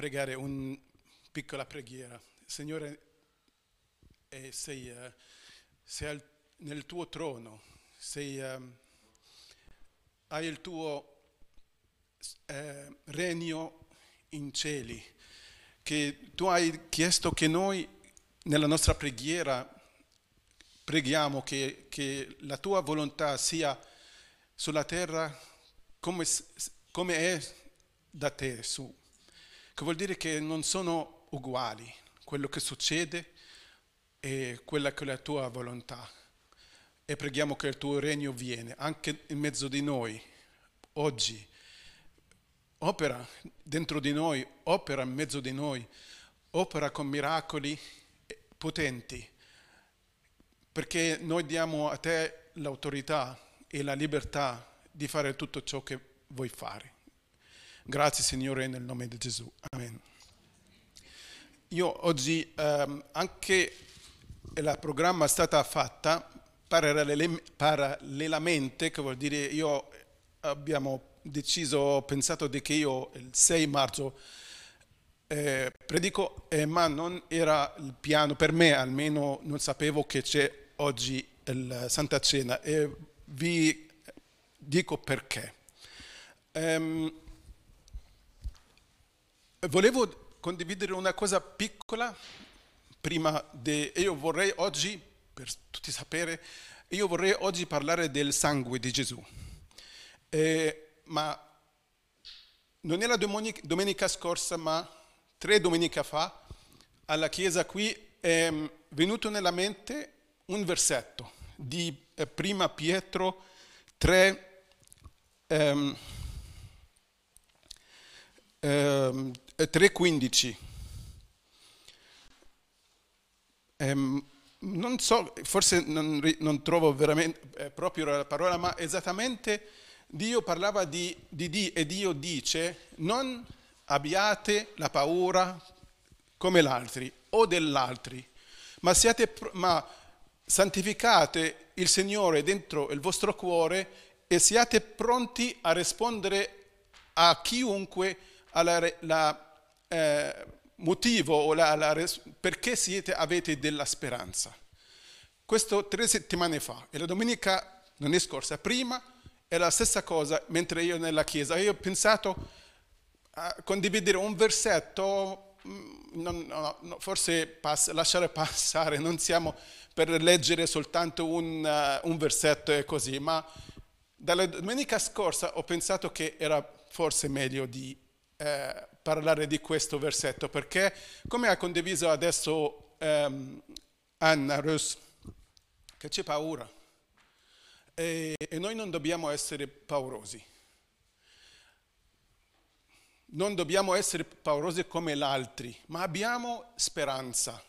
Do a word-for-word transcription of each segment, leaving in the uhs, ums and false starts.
pregare una piccola preghiera. Signore, eh, sei, eh, sei al- nel tuo trono, sei, ehm, hai il tuo eh, regno in cieli, che tu hai chiesto che noi nella nostra preghiera preghiamo che, che la tua volontà sia sulla terra come, s- come è da te su, che vuol dire che non sono uguali quello che succede e quella che è la tua volontà. E preghiamo che il tuo regno viene anche in mezzo di noi, oggi. Opera dentro di noi, opera in mezzo di noi, opera con miracoli potenti, perché noi diamo a te l'autorità e la libertà di fare tutto ciò che vuoi fare. Grazie Signore nel nome di Gesù. Amen. Io oggi ehm, anche la programma è stata fatta parallele- parallelamente, che vuol dire io abbiamo deciso, ho pensato di che io il sei marzo eh, predico, eh, ma non era il piano, per me almeno non sapevo che c'è oggi il Santa Cena e vi dico perché. Ehm, Volevo condividere una cosa piccola prima di... Io vorrei oggi, per tutti sapere, io vorrei oggi parlare del sangue di Gesù. Eh, ma non era domenica, domenica scorsa, ma tre domeniche fa, alla chiesa qui è venuto nella mente un versetto di eh, Prima Pietro tre, ehm, ehm, tre quindici. Ehm, non so, forse non, ri- non trovo veramente eh, proprio la parola, ma esattamente Dio parlava di, di Dio e Dio dice non abbiate la paura come l'altri o dell'altri, ma, siate, pr- ma santificate il Signore dentro il vostro cuore e siate pronti a rispondere a chiunque alla re- la, eh, motivo o la, la res- perché siete, avete della speranza. Questo tre settimane fa e la domenica non è scorsa, prima è la stessa cosa mentre io nella chiesa. Io ho pensato a condividere un versetto, mm, non- no, no, forse pass- lasciare passare, non siamo per leggere soltanto un, uh, un versetto e così, ma dalla domenica scorsa ho pensato che era forse meglio di eh, parlare di questo versetto, perché come ha condiviso adesso ehm, Anna Rus, che c'è paura e, e noi non dobbiamo essere paurosi. Non dobbiamo essere paurosi come gli altri, ma abbiamo speranza.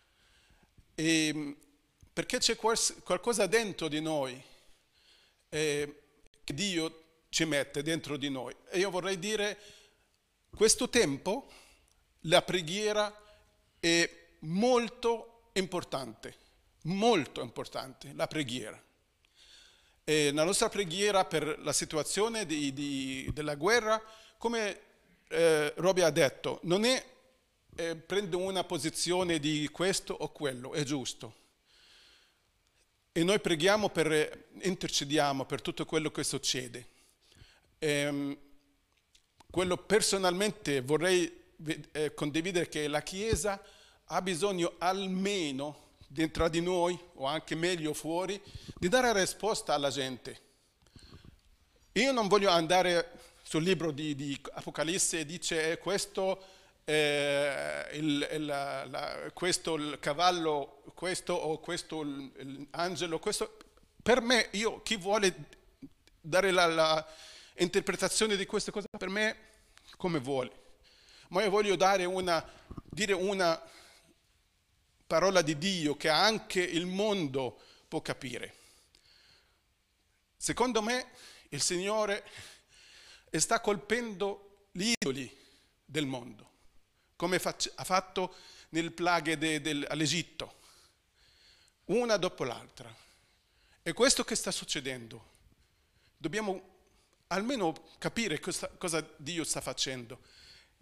E, perché c'è qualcosa dentro di noi eh, che Dio ci mette dentro di noi. E io vorrei dire, questo tempo, la preghiera è molto importante, molto importante, la preghiera. E la nostra preghiera per la situazione di, di, della guerra, come eh, Roby ha detto, non è eh, prendere una posizione di questo o quello, è giusto. E noi preghiamo per, intercediamo per tutto quello che succede. Ehm, quello personalmente vorrei eh, condividere che la Chiesa ha bisogno almeno dentro di noi, o anche meglio fuori, di dare risposta alla gente. Io non voglio andare sul libro di, di Apocalisse e dice eh, questo, eh, il, il, la, la, questo il cavallo, questo o questo l'angelo, questo. Per me, io, chi vuole dare la, la interpretazione di queste cose, per me, come vuole. Ma io voglio dare una, dire una parola di Dio che anche il mondo può capire. Secondo me il Signore sta colpendo gli idoli del mondo, come ha fatto nel plaghe de, de, all'Egitto, una dopo l'altra. E questo che sta succedendo, dobbiamo almeno capire cosa, cosa Dio sta facendo.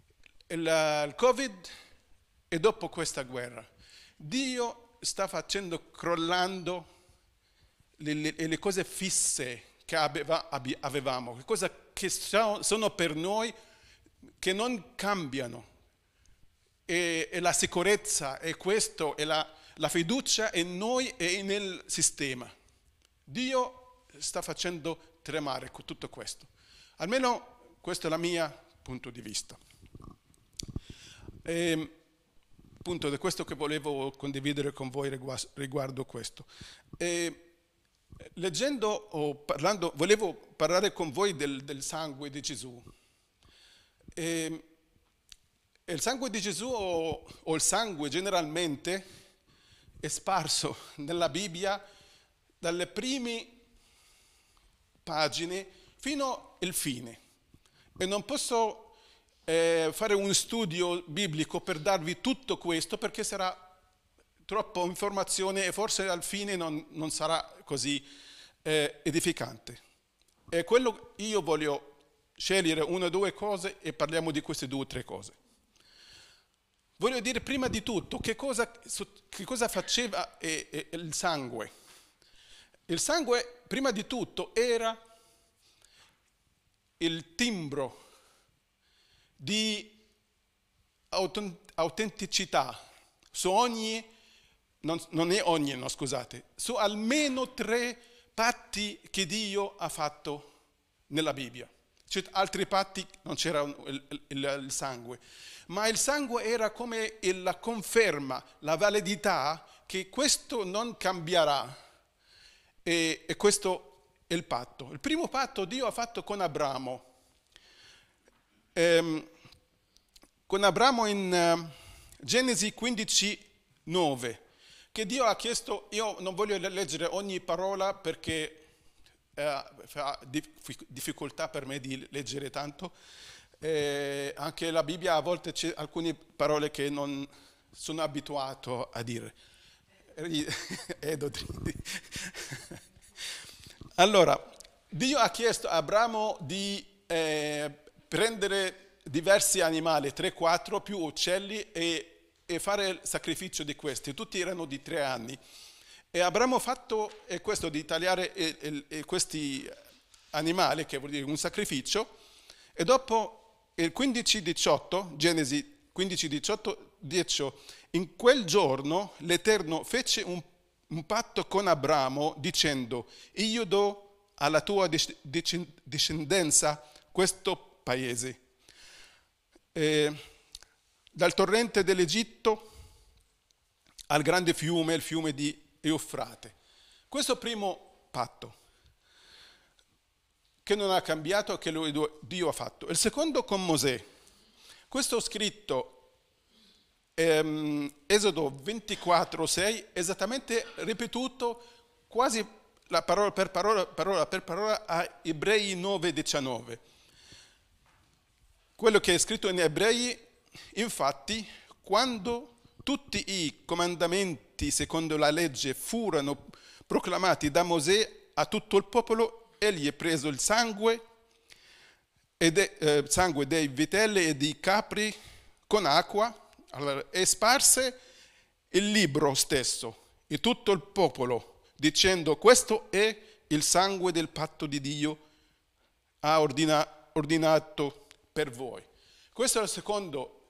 il, il Covid e dopo questa guerra. Dio sta facendo crollando le, le, le cose fisse che aveva, avevamo, le cose che sono per noi, che non cambiano. E, e la sicurezza, e questo, e la, la fiducia in noi e nel sistema. Dio sta facendo tremare tutto questo. Almeno questo è il mio punto di vista. E, appunto, è questo che volevo condividere con voi riguardo questo. E, leggendo o parlando, volevo parlare con voi del, del sangue di Gesù. E, il sangue di Gesù o, o il sangue generalmente è sparso nella Bibbia dalle prime pagine fino alla fine. E non posso eh, fare un studio biblico per darvi tutto questo perché sarà troppa informazione e forse al fine non, non sarà così eh, edificante. E quello io voglio scegliere una o due cose e parliamo di queste due o tre cose. Voglio dire prima di tutto che cosa, che cosa faceva eh, eh, il sangue. Il sangue prima di tutto era il timbro di autenticità su ogni, non, non è ogni, no scusate, su almeno tre patti che Dio ha fatto nella Bibbia. Cioè, altri patti non c'era il, il, il sangue, ma il sangue era come la conferma, la validità che questo non cambierà. E, e questo è il patto. Il primo patto Dio ha fatto con Abramo. Ehm, con Abramo in uh, Genesi quindici nove, che Dio ha chiesto, io non voglio leggere ogni parola perché eh, fa difficoltà per me di leggere tanto. Eh, anche la Bibbia a volte c'è alcune parole che non sono abituato a dire. Allora, Dio ha chiesto a Abramo di eh, prendere diversi animali, tre quattro più uccelli e, e fare il sacrificio di questi. Tutti erano di tre anni. E Abramo ha fatto eh, questo di tagliare eh, eh, questi animali, che vuol dire un sacrificio, e dopo il quindici diciotto, Genesi quindici diciotto, dice, in quel giorno l'Eterno fece un, un patto con Abramo dicendo, io do alla tua discendenza questo paese. E, dal torrente dell'Egitto al grande fiume, il fiume di Eufrate. Questo è il primo patto che non ha cambiato, che lui, Dio ha fatto. Il secondo con Mosè. Questo è scritto ehm, Esodo ventiquattro sei, esattamente ripetuto quasi la parola per parola, parola per parola a Ebrei nove diciannove. Quello che è scritto in Ebrei, infatti, quando tutti i comandamenti secondo la legge furono proclamati da Mosè a tutto il popolo, egli ha preso il sangue, e de, eh, sangue dei vitelli e dei capri con acqua, allora, e sparse il libro stesso e tutto il popolo, dicendo questo è il sangue del patto di Dio ha ordina, ordinato per voi. Questo è il secondo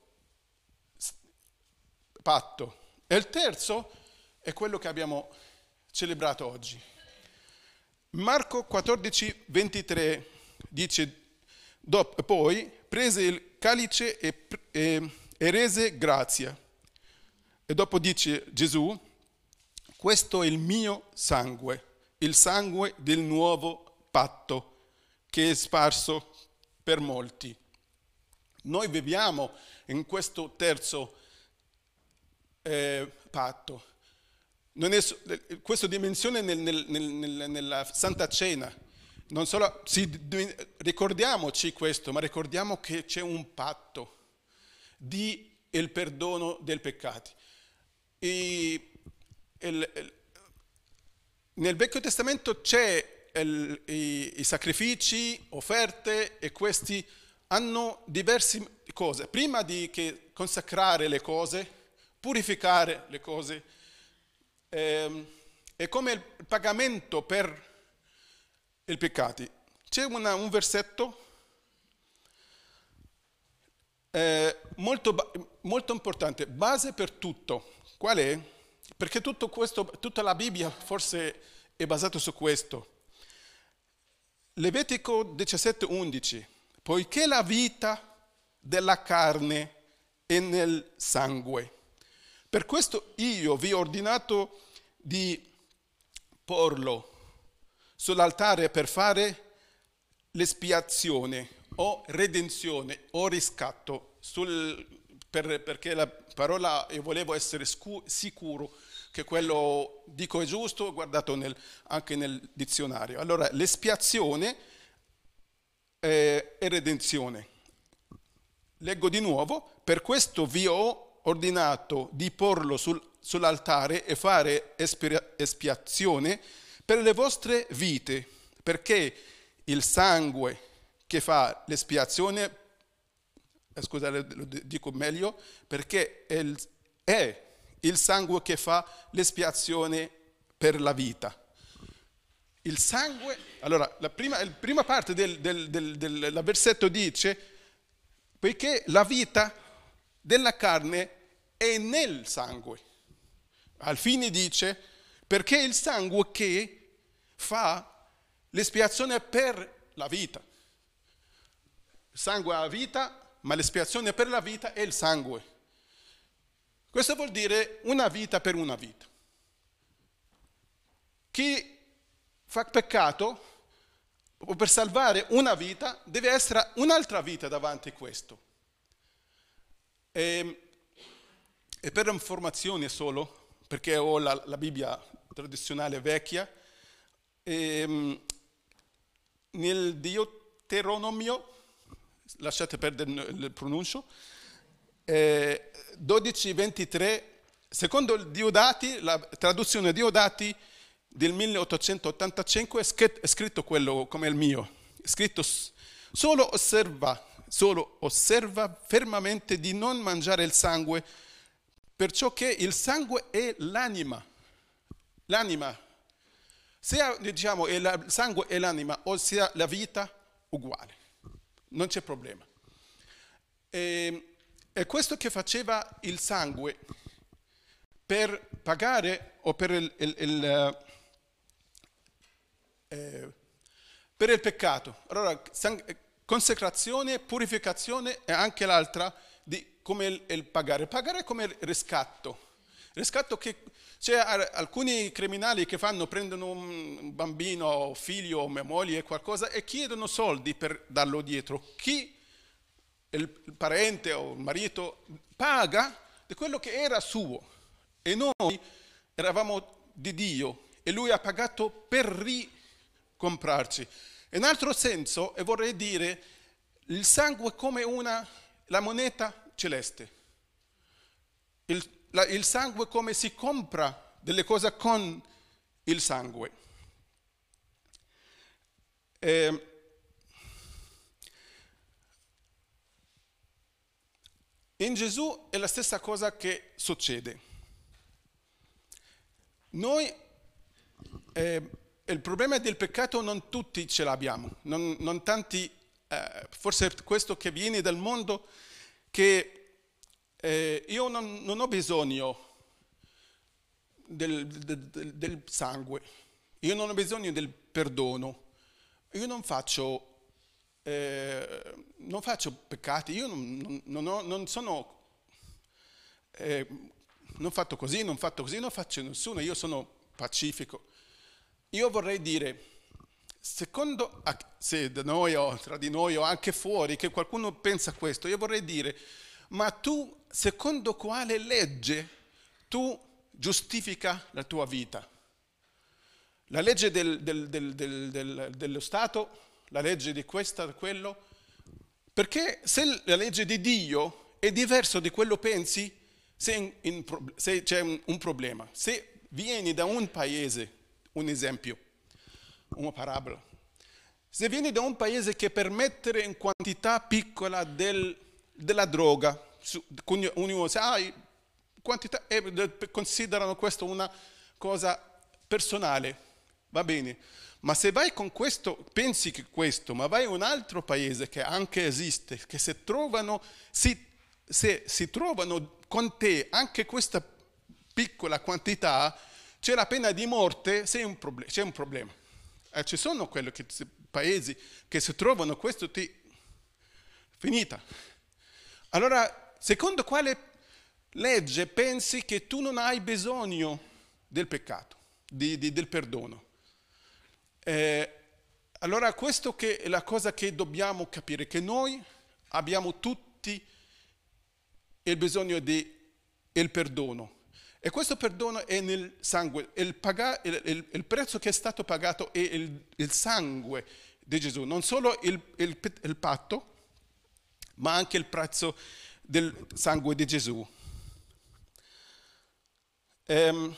patto. E il terzo è quello che abbiamo celebrato oggi. Marco quattordici ventitré dice, dopo, poi prese il calice e, e, e rese grazia. E dopo dice Gesù, questo è il mio sangue, il sangue del nuovo patto che è sparso per molti. Noi viviamo in questo terzo eh, patto. Non è, questa dimensione nel, nel, nel, nella Santa Cena, non solo sì, ricordiamoci questo, ma ricordiamo che c'è un patto di il perdono dei peccati. E il, il, nel Vecchio Testamento c'è il, i, i sacrifici, offerte, e questi hanno diversi cose. Prima di che consacrare le cose, purificare le cose, ehm, è come il pagamento per i peccati. C'è una, un versetto eh, molto, molto importante, base per tutto. Qual è? Perché tutto questo, tutta la Bibbia forse è basata su questo. Levitico diciassette undici. Poiché la vita della carne è nel sangue. Per questo io vi ho ordinato di porlo sull'altare per fare l'espiazione o redenzione o riscatto, sul, per, perché la parola, io volevo essere scu- sicuro che quello dico è giusto, guardato nel, anche nel dizionario. Allora, l'espiazione eh, e redenzione. Leggo di nuovo, per questo vi ho ordinato di porlo sul, sull'altare e fare espia- espiazione per le vostre vite, perché il sangue che fa l'espiazione, eh, scusate, lo dico meglio, perché è il, è il sangue che fa l'espiazione per la vita. Il sangue, allora, la prima, la prima parte del, del, del, del, del versetto dice, poiché la vita della carne è nel sangue. Al fine dice, perché il sangue che fa l'espiazione per la vita. Il sangue ha vita, ma l'espiazione per la vita è il sangue. Questo vuol dire una vita per una vita. Chi fa peccato, o per salvare una vita, deve essere un'altra vita davanti a questo. E, e per informazione solo, perché ho la, la Bibbia tradizionale vecchia, e, nel Deuteronomio, lasciate perdere il pronuncio, eh, dodici ventitré, secondo il Diodati, la traduzione Diodati del milleottocentottantacinque è scritto quello come il mio, è scritto solo osserva, solo osserva fermamente di non mangiare il sangue, perciò che il sangue è l'anima, l'anima, sia diciamo il sangue è l'anima o sia la vita, uguale, non c'è problema. E, è questo che faceva il sangue per pagare o per il, il, il Eh, per il peccato. Allora, sang- consecrazione, purificazione e anche l'altra di come il, il pagare. Pagare come il riscatto. Riscatto che c'è alcuni criminali che fanno, prendono un bambino, figlio o moglie qualcosa e chiedono soldi per darlo dietro. Chi, il, il parente o il marito, paga di quello che era suo e noi eravamo di Dio e lui ha pagato per ri comprarci. In altro senso, e vorrei dire, il sangue è come una, la moneta celeste. Il, la, il sangue è come si compra delle cose con il sangue. Eh, in Gesù è la stessa cosa che succede. Noi eh, il problema del peccato non tutti ce l'abbiamo, non, non tanti, eh, forse è questo che viene dal mondo, che eh, io non, non ho bisogno del, del, del sangue, io non ho bisogno del perdono, io non faccio, eh, non faccio peccati, io non, non, ho, non sono, eh, non ho fatto così, non ho fatto così, non faccio nessuno, io sono pacifico. Io vorrei dire, secondo, se da noi o tra di noi o anche fuori, che qualcuno pensa questo, io vorrei dire, ma tu, secondo quale legge tu giustifica la tua vita? La legge del, del, del, del, del, dello Stato, la legge di questo, di quello? Perché se la legge di Dio è diversa di quello pensi, se, in, in, se c'è un, un problema. Se vieni da un paese, un esempio, una parabola. Se vieni da un paese che per mettere in quantità piccola del della droga. Ognuno sa, ah, quantità, e considerano questo una cosa personale, va bene. Ma se vai con questo, pensi che questo, ma vai in un altro paese che anche esiste, che se trovano, si, se si trovano con te anche questa piccola quantità, c'è la pena di morte, c'è un, proble- c'è un problema. Eh, ci sono quelli che, paesi che se trovano questo, ti finita. Allora, secondo quale legge pensi che tu non hai bisogno del peccato, di, di, del perdono? Eh, allora questo che è la cosa che dobbiamo capire, che noi abbiamo tutti il bisogno del perdono. E questo perdono è nel sangue, il, paga, il, il, il prezzo che è stato pagato è il, il sangue di Gesù, non solo il, il, il patto, ma anche il prezzo del sangue di Gesù. Ehm,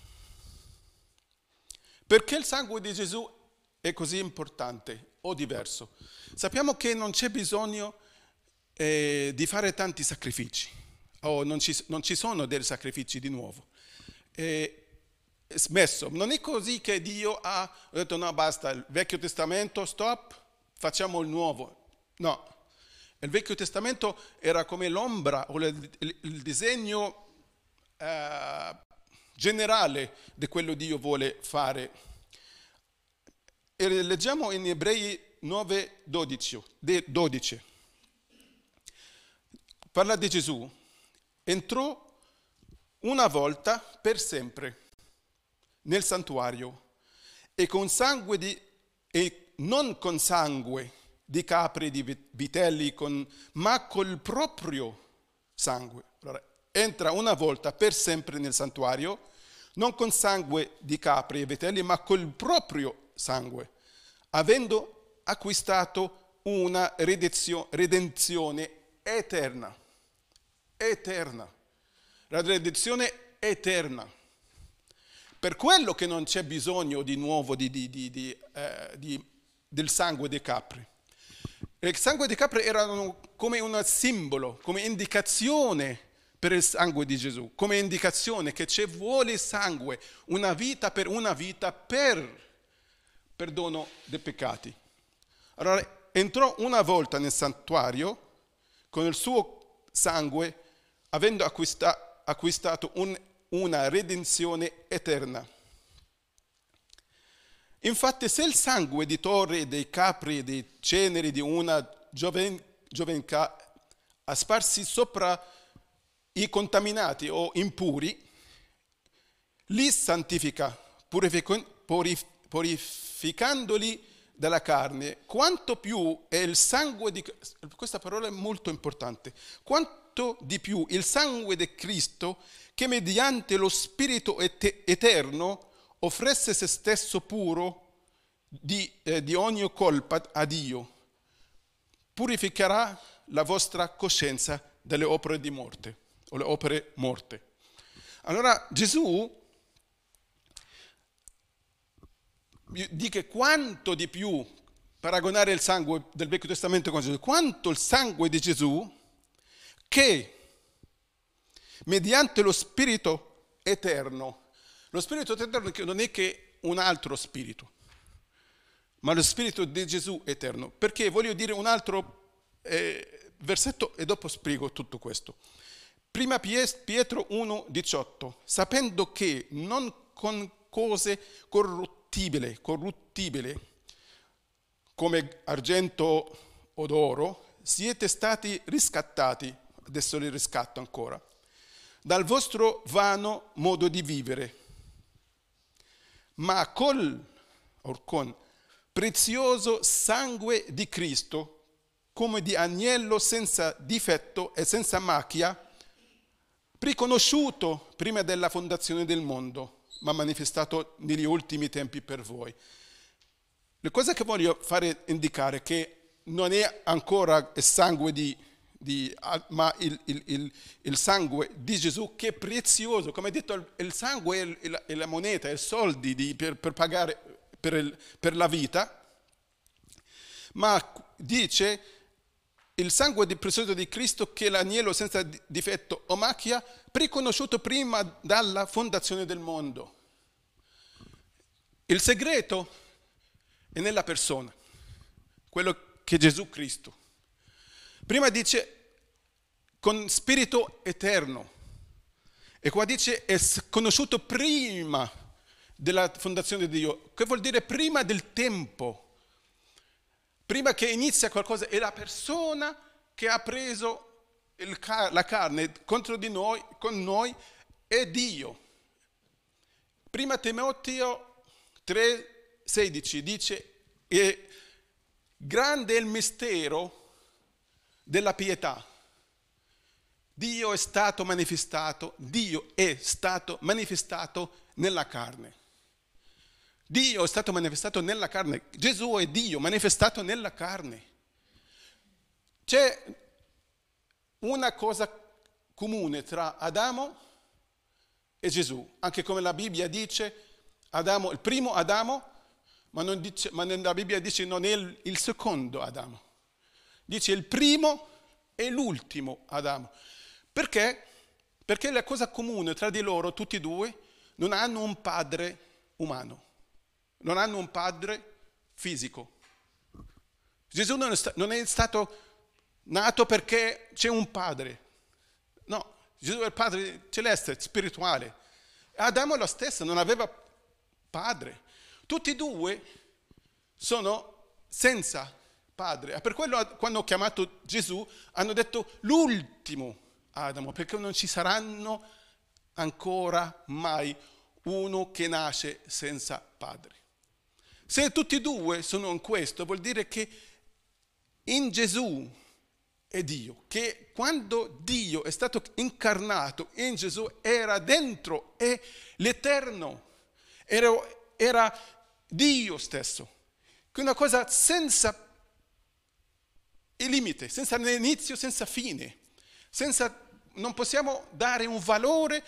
perché il sangue di Gesù è così importante o diverso? Sappiamo che non c'è bisogno eh, di fare tanti sacrifici, o non ci, non ci sono dei sacrifici di nuovo. Eh, smesso, non è così che Dio ha detto no basta, il Vecchio Testamento, stop, facciamo il nuovo. No, il Vecchio Testamento era come l'ombra o il, il, il disegno eh, generale di quello che Dio vuole fare. E leggiamo in Ebrei nove dodici. Parla di Gesù. Entrò una volta per sempre nel santuario e con sangue di, e non con sangue di capri e di vitelli, con, ma col proprio sangue. Allora, entra una volta per sempre nel santuario, non con sangue di capri e vitelli, ma col proprio sangue, avendo acquistato una redenzione eterna. Eterna. La redenzione eterna. Per quello che non c'è bisogno di nuovo di, di, di, di, eh, di, del sangue dei capri. Il sangue dei capri era come un simbolo, come indicazione per il sangue di Gesù, come indicazione che ci vuole sangue, una vita per una vita per perdono dei peccati. Allora entrò una volta nel santuario con il suo sangue, avendo acquista, acquistato un, una redenzione eterna. Infatti se il sangue di torri, dei capri e dei ceneri di una gioven, giovenca a sparsi sopra i contaminati o impuri, li santifica, purific- purif- purificandoli dalla carne, quanto più è il sangue di... Questa parola è molto importante. Quanto di più il sangue di Cristo, che mediante lo Spirito et- eterno offresse se stesso puro di, eh, di ogni colpa a Dio, purificherà la vostra coscienza dalle opere di morte, o le opere morte. Allora Gesù dice quanto di più paragonare il sangue del Vecchio Testamento con Gesù, quanto il sangue di Gesù che mediante lo Spirito eterno, lo Spirito eterno non è che un altro spirito, ma lo Spirito di Gesù eterno. Perché voglio dire un altro eh, versetto e dopo spiego tutto questo. Prima Pietro uno diciotto, sapendo che non con cose corruttibili, corruttibili come argento o d'oro, siete stati riscattati, adesso li riscatto ancora, dal vostro vano modo di vivere, ma col, or con prezioso sangue di Cristo, come di agnello senza difetto e senza macchia, riconosciuto prima della fondazione del mondo, ma manifestato negli ultimi tempi per voi. Le cose che voglio fare indicare è che non è ancora il sangue di, di ma il, il, il, il sangue di Gesù che è prezioso, come detto, il, il sangue è, il, è la moneta, è i soldi di, per, per pagare per, il, per la vita, ma dice il sangue di prezioso di Cristo, che è l'agnello senza difetto o macchia, preconosciuto prima dalla fondazione del mondo. Il segreto è nella persona, quello che è Gesù Cristo. Prima dice con spirito eterno, e qua dice è conosciuto prima della fondazione di Dio, che vuol dire prima del tempo. Prima che inizia qualcosa, è la persona che ha preso il car- la carne contro di noi, con noi, è Dio. Prima Timoteo tre sedici dice, è grande è il mistero della pietà. Dio è stato manifestato, Dio è stato manifestato nella carne. Dio è stato manifestato nella carne. Gesù è Dio manifestato nella carne. C'è una cosa comune tra Adamo e Gesù, anche come la Bibbia dice, Adamo, il primo Adamo, ma, non dice, ma nella Bibbia dice non è il, il secondo Adamo. Dice il primo e l'ultimo Adamo. Perché? Perché la cosa comune tra di loro, tutti e due, non hanno un padre umano. Non hanno un padre fisico. Gesù non è, sta- non è stato nato perché c'è un padre. No, Gesù è il padre celeste, spirituale. Adamo è lo stesso, non aveva padre. Tutti e due sono senza padre. E per quello quando ho chiamato Gesù hanno detto l'ultimo Adamo, perché non ci saranno ancora mai uno che nasce senza padre. Se tutti e due sono in questo, vuol dire che in Gesù è Dio, che quando Dio è stato incarnato in Gesù era dentro, è l'Eterno, era, era Dio stesso, che è una cosa senza limite, senza inizio, senza fine, senza, non possiamo dare un valore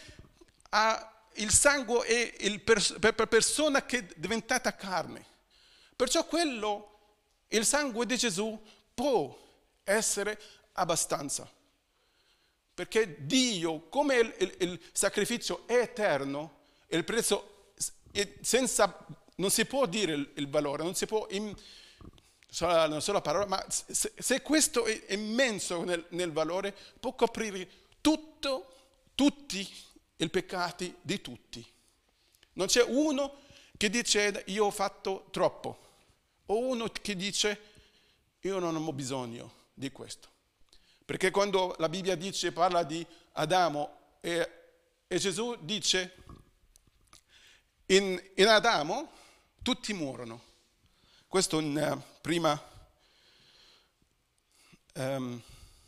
al sangue e il pers- per persona che è diventata carne. Perciò quello, il sangue di Gesù può essere abbastanza. Perché Dio, come il, il, il sacrificio è eterno, il prezzo è senza, non si può dire il, il valore, non si può, in, solo, non solo parola, ma se, se questo è immenso nel, nel valore, può coprire tutto, tutti i peccati di tutti. Non c'è uno che dice io ho fatto troppo, o uno che dice io non ho bisogno di questo. Perché quando la Bibbia dice, parla di Adamo e, e Gesù dice in, in Adamo tutti muorono. Questo in uh, prima um,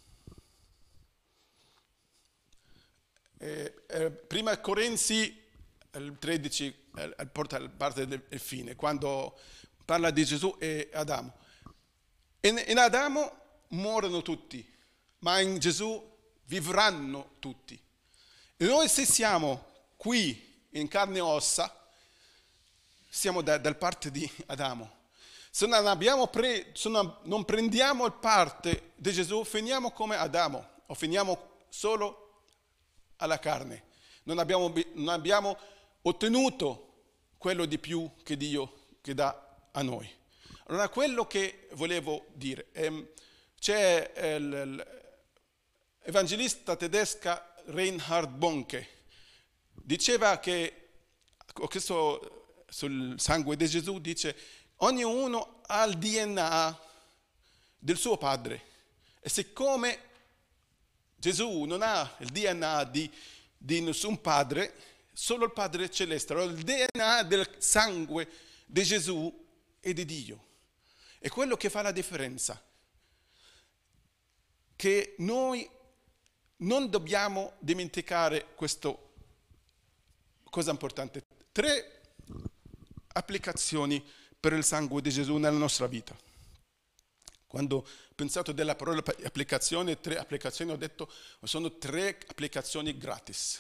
eh, eh, prima Corinzi tredici eh, porta la parte del fine, quando parla di Gesù e Adamo. In, in Adamo muorono tutti, ma in Gesù vivranno tutti. E noi se siamo qui in carne e ossa, siamo da, dal parte di Adamo. Se non, abbiamo pre, se non, non prendiamo il parte di Gesù, finiamo come Adamo, o finiamo solo alla carne. Non abbiamo, non abbiamo ottenuto quello di più che Dio che dà a noi. Allora quello che volevo dire, ehm, c'è l'evangelista tedesca Reinhard Bonke, diceva che, questo sul sangue di Gesù, dice ognuno ha il D N A del suo padre e siccome Gesù non ha il D N A di, di nessun padre, solo il Padre Celeste, allora il D N A del sangue di Gesù è di Dio. È quello che fa la differenza, che noi non dobbiamo dimenticare questa cosa importante. Tre applicazioni per il sangue di Gesù nella nostra vita. Quando ho pensato della parola applicazione, tre applicazioni, ho detto sono tre applicazioni gratis.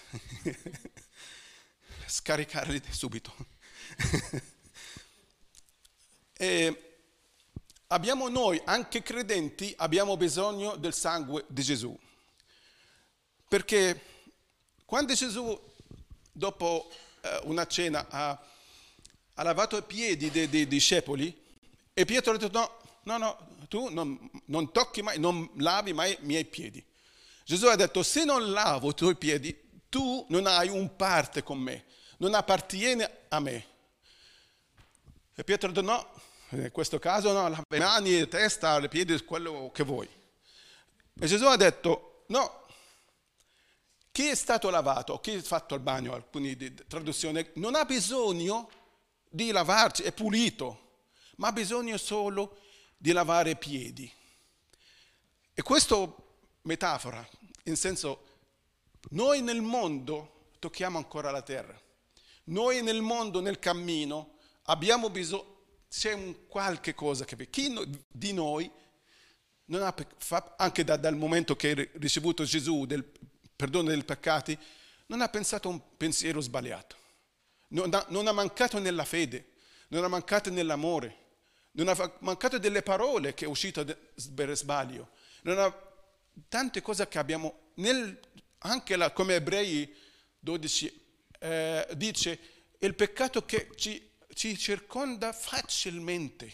Scaricarli subito. E abbiamo noi, anche credenti, abbiamo bisogno del sangue di Gesù. Perché quando Gesù, dopo eh, una cena, ha, ha lavato i piedi dei, dei discepoli, e Pietro ha detto no, no, no, tu non, non tocchi mai, non lavi mai i miei piedi. Gesù ha detto, se non lavo i tuoi piedi, tu non hai un parte con me, non appartieni a me. E Pietro ha detto no, in questo caso no, lava le mani, la testa, le piedi, quello che vuoi. E Gesù ha detto no, chi è stato lavato, chi ha fatto il bagno, alcune traduzioni, non ha bisogno di lavarci, è pulito, ma ha bisogno solo di lavare i piedi. E questa metafora, in senso, noi nel mondo tocchiamo ancora la terra. Noi nel mondo, nel cammino, abbiamo bisogno, c'è un qualche cosa che chi di noi, non ha, anche da, dal momento che ha ricevuto Gesù, del perdono dei peccati, non ha pensato un pensiero sbagliato. Non ha, non ha mancato nella fede, non ha mancato nell'amore, non ha mancato delle parole che è uscito per sbaglio. Non ha tante cose che abbiamo, nel, anche la, come Ebrei dodici eh, dice, il peccato che ci, ci circonda facilmente.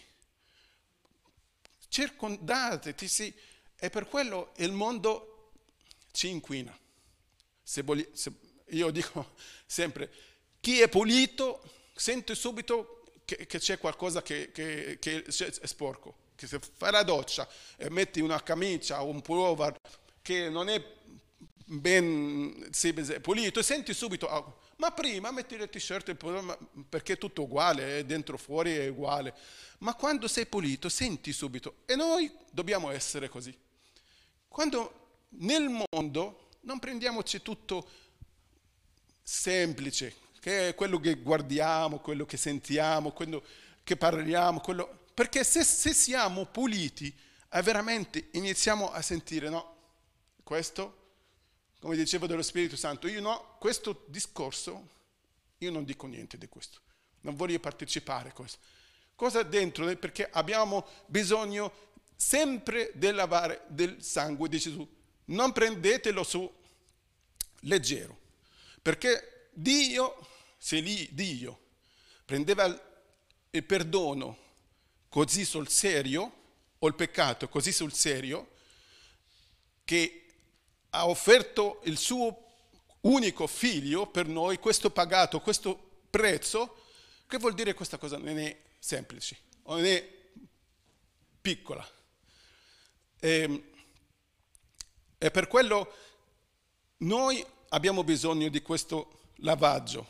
Circondate, ti si, e per quello il mondo ci inquina. Se vogli, se, io dico sempre, chi è pulito sente subito che, che c'è qualcosa che, che, che è sporco. Che se fai la doccia e metti una camicia o un pullover che non è ben sì, pulito, senti subito, oh, ma prima metti le t-shirt perché è tutto uguale, dentro fuori è uguale. Ma quando sei pulito senti subito, e noi dobbiamo essere così. Quando nel mondo non prendiamoci tutto semplice, che è quello che guardiamo, quello che sentiamo, quello che parliamo, quello... perché se, se siamo puliti, eh, veramente iniziamo a sentire, no, questo, come dicevo dello Spirito Santo, io no, questo discorso, io non dico niente di questo, non voglio partecipare a questo. Cosa dentro? Perché abbiamo bisogno sempre del lavare del sangue di Gesù. Non prendetelo su leggero, perché Dio, se lì Dio prendeva il perdono così sul serio, o il peccato così sul serio, che ha offerto il suo unico figlio per noi, questo pagato, questo prezzo, che vuol dire questa cosa non è semplice, non è piccola. E, e per quello noi abbiamo bisogno di questo lavaggio.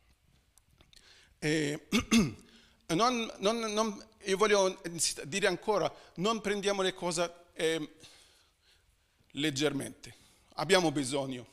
E, non, non, non, io voglio dire ancora, non prendiamo le cose eh, leggermente, abbiamo bisogno.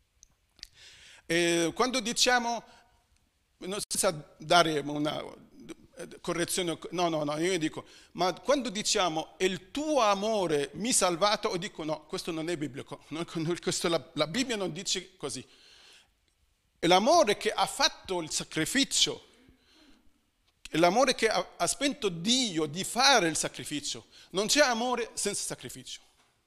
E quando diciamo, non senza dare una correzione, no, no, no, io dico, ma quando diciamo il tuo amore mi ha salvato, io dico no, questo non è biblico, questo, la, la Bibbia non dice così. È l'amore che ha fatto il sacrificio, è l'amore che ha, ha spento Dio di fare il sacrificio. Non c'è amore senza sacrificio.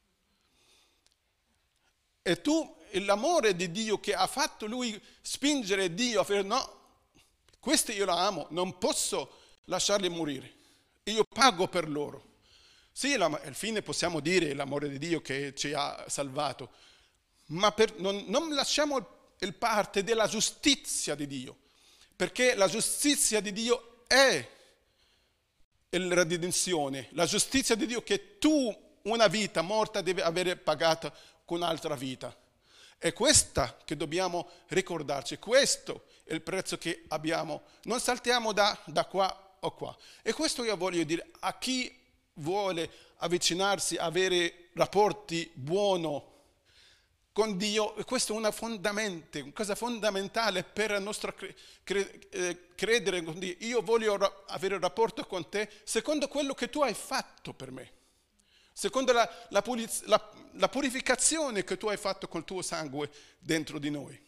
E tu, l'amore di Dio che ha fatto lui spingere Dio a fare no, questo io la amo, non posso lasciarli morire, io pago per loro. Sì, alla fine possiamo dire l'amore di Dio che ci ha salvato, ma per, non, non lasciamo il parte della giustizia di Dio, perché la giustizia di Dio è la redenzione, la giustizia di Dio che tu una vita morta devi avere pagata con un'altra vita. È questa che dobbiamo ricordarci, questo è il prezzo che abbiamo, non saltiamo da, da qua o qua. E questo io voglio dire a chi vuole avvicinarsi, avere rapporti buoni con Dio, questo è una, una cosa fondamentale per il nostro cre, cre, eh, credere con Dio. Io voglio ra- avere un rapporto con te secondo quello che tu hai fatto per me, secondo la, la, puliz- la, la purificazione che tu hai fatto col tuo sangue dentro di noi.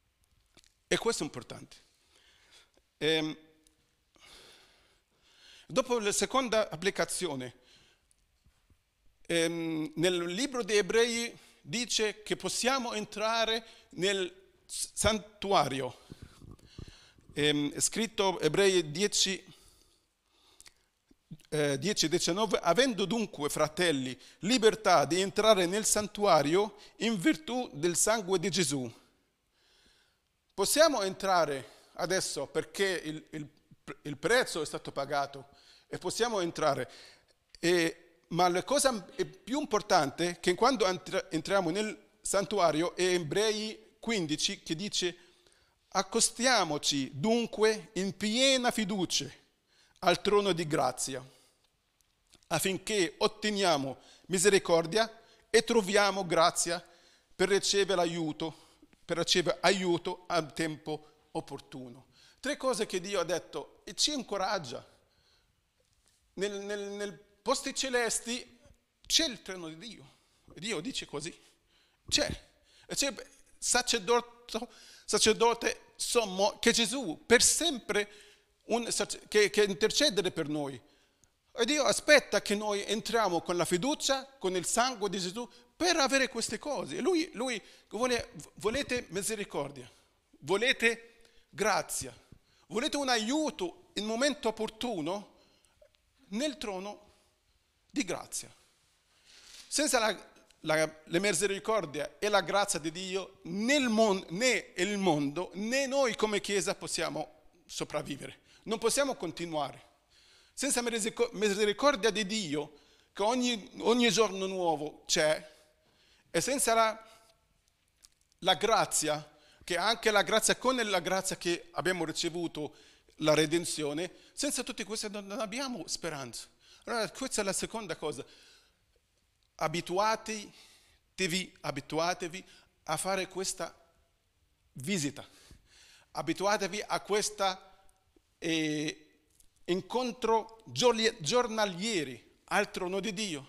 E questo è importante. Ehm, Dopo la seconda applicazione, ehm, nel libro di Ebrei dice che possiamo entrare nel santuario. Ehm, è scritto Ebrei dieci, eh, dieci diciannove, avendo dunque, fratelli, libertà di entrare nel santuario in virtù del sangue di Gesù. Possiamo entrare adesso perché il, il, il prezzo è stato pagato e possiamo entrare. E, ma la cosa più importante è che quando entriamo nel santuario è Ebrei quindici che dice: accostiamoci dunque in piena fiducia al trono di grazia, affinché otteniamo misericordia e troviamo grazia per ricevere aiuto, per ricevere aiuto al tempo opportuno. Tre cose che Dio ha detto e ci incoraggia. Nel, nel, nel posti celesti c'è il trono di Dio. Dio dice così. C'è. E c'è sacerdote, sacerdote sommo che è Gesù, per sempre un, che, che intercede per noi. E Dio aspetta che noi entriamo con la fiducia, con il sangue di Gesù, per avere queste cose. Lui, lui vuole, volete misericordia, volete grazia, volete un aiuto in momento opportuno nel trono di grazia. Senza la, la, la misericordia e la grazia di Dio, nel mon, né il mondo, né noi come Chiesa possiamo sopravvivere. Non possiamo continuare. Senza misericordia di Dio, che ogni, ogni giorno nuovo c'è, e senza la, la grazia, che anche la grazia con la grazia che abbiamo ricevuto, la redenzione, senza tutte queste non abbiamo speranza. Allora questa è la seconda cosa. Abituatevi, abituatevi a fare questa visita. Abituatevi a questa eh, incontro giornalieri al trono di Dio.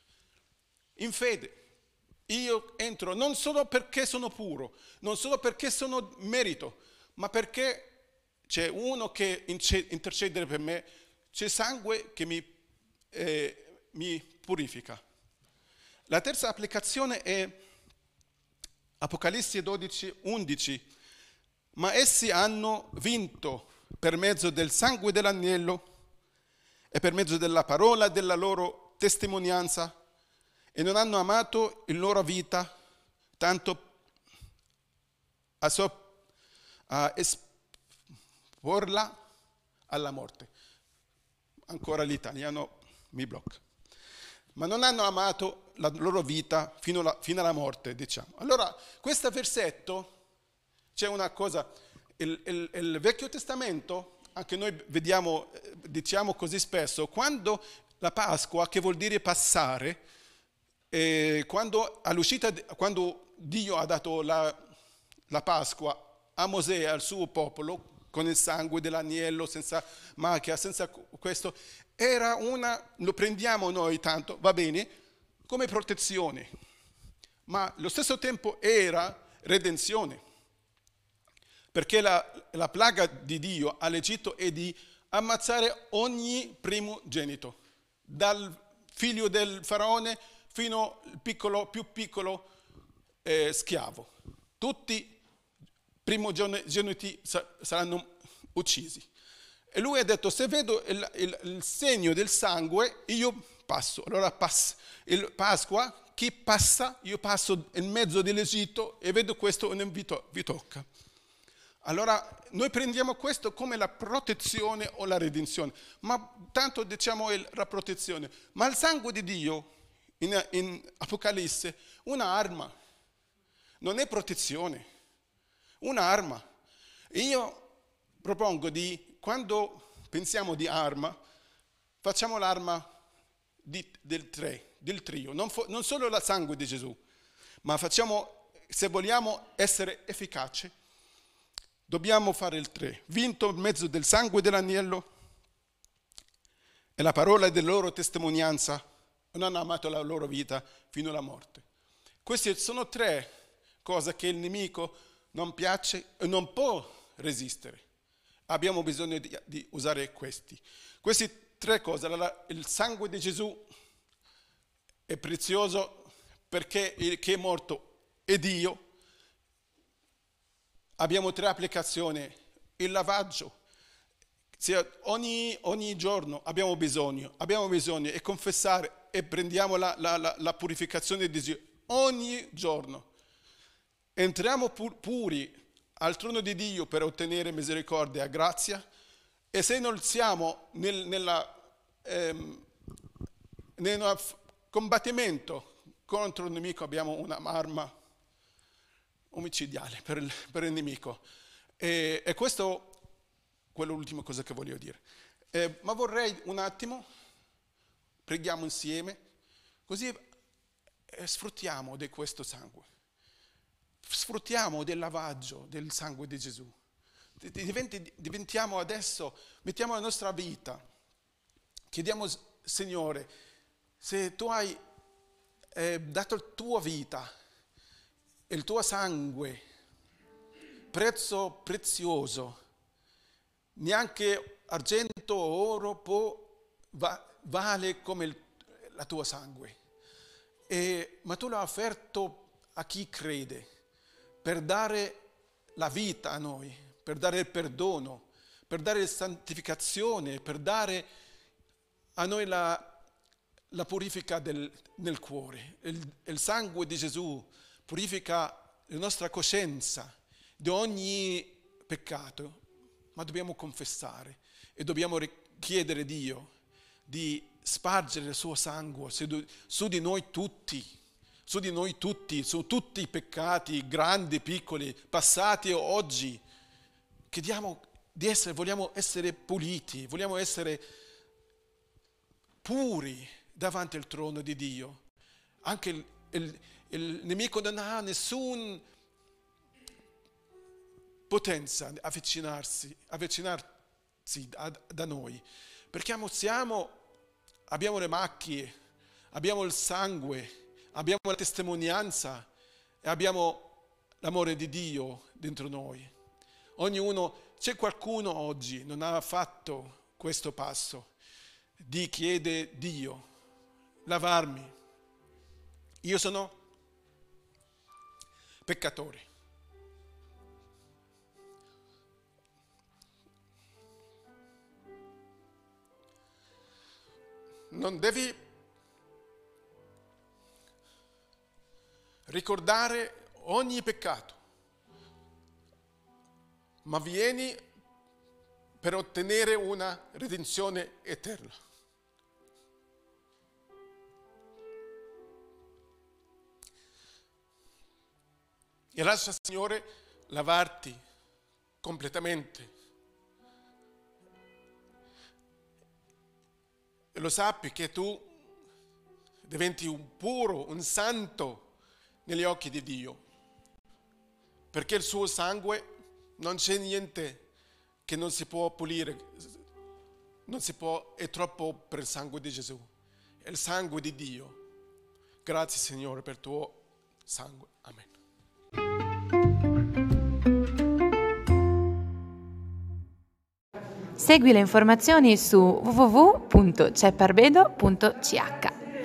In fede. Io entro non solo perché sono puro, non solo perché sono merito, ma perché c'è uno che intercede per me, c'è sangue che mi, eh, mi purifica. La terza applicazione è Apocalisse dodici undici. Ma essi hanno vinto per mezzo del sangue dell'agnello e per mezzo della parola della loro testimonianza e non hanno amato la loro vita tanto a, so, a esporla alla morte. Ancora l'italiano mi blocca. Ma non hanno amato la loro vita fino alla, fino alla morte, diciamo. Allora, questo versetto, c'è una cosa, il, il, il Vecchio Testamento, anche noi vediamo, diciamo così spesso, quando la Pasqua, che vuol dire passare, eh, quando all'uscita, quando Dio ha dato la, la Pasqua a Mosè e al suo popolo, con il sangue dell'agnello, senza macchia, senza questo, era una, lo prendiamo noi tanto, va bene, come protezione, ma allo stesso tempo era redenzione, perché la, la plaga di Dio all'Egitto è di ammazzare ogni primogenito, dal figlio del faraone fino al piccolo, più piccolo eh, schiavo. Tutti primogeniti saranno uccisi. E lui ha detto: se vedo il, il, il segno del sangue, io passo. Allora pass, il Pasqua, chi passa, io passo in mezzo dell'Egitto e vedo questo e non vi, to- vi tocca. Allora noi prendiamo questo come la protezione o la redenzione, ma tanto diciamo è la protezione. Ma il sangue di Dio in, in Apocalisse, un'arma, non è protezione, un'arma. E io propongo di, quando pensiamo di arma, facciamo l'arma di, del tre, del trio, non, fo, non solo il sangue di Gesù, ma facciamo, se vogliamo essere efficaci, dobbiamo fare il tre, vinto in mezzo del sangue dell'agnello e la parola della loro testimonianza, non hanno amato la loro vita fino alla morte. Queste sono tre cose che il nemico non piace e non può resistere. Abbiamo bisogno di, di usare questi. Questi tre cose. Allora, il sangue di Gesù è prezioso perché il che è morto è Dio. Abbiamo tre applicazioni. Il lavaggio. Cioè, ogni, ogni giorno abbiamo bisogno, abbiamo bisogno e confessare e prendiamo la, la, la, la purificazione di Dio ogni giorno. Entriamo pur, puri al trono di Dio per ottenere misericordia e grazia, e se non siamo nel nella, ehm, nel combattimento contro il nemico, abbiamo un'arma omicidiale per il, per il nemico. E, e questo Quella è l'ultima cosa che voglio dire. Eh, ma vorrei un attimo, preghiamo insieme, così eh, sfruttiamo di questo sangue. Sfruttiamo del lavaggio del sangue di Gesù. Diventi, diventiamo adesso, mettiamo la nostra vita. Chiediamo, Signore, se tu hai eh, dato la tua vita, il tuo sangue, prezzo prezioso, neanche argento o oro può, va, vale come il, la tua sangue. E, ma tu l'hai offerto a chi crede per dare la vita a noi, per dare il perdono, per dare la santificazione, per dare a noi la, la purifica del, nel cuore. Il, il sangue di Gesù purifica la nostra coscienza di ogni peccato. Ma dobbiamo confessare e dobbiamo chiedere a Dio di spargere il suo sangue su, su di noi tutti, su di noi tutti, su tutti i peccati, grandi, piccoli, passati o oggi. Chiediamo di essere, vogliamo essere puliti, vogliamo essere puri davanti al trono di Dio. Anche il, il, il nemico non ha nessun potenza avvicinarsi, avvicinarsi da, da noi, perché siamo, abbiamo le macchie, abbiamo il sangue, abbiamo la testimonianza e abbiamo l'amore di Dio dentro noi. Ognuno, c'è qualcuno oggi che non ha fatto questo passo di chiedere a Dio, lavarmi. Io sono peccatore. Non devi ricordare ogni peccato, ma vieni per ottenere una redenzione eterna. E lascia, Signore, lavarti completamente. E lo sappi che tu diventi un puro, un santo negli occhi di Dio, perché il suo sangue non c'è niente che non si può pulire, non si può, è troppo per il sangue di Gesù, è il sangue di Dio. Grazie, Signore, per il tuo sangue. Amen. Segui le informazioni su w w w punto cepparbedo punto c h.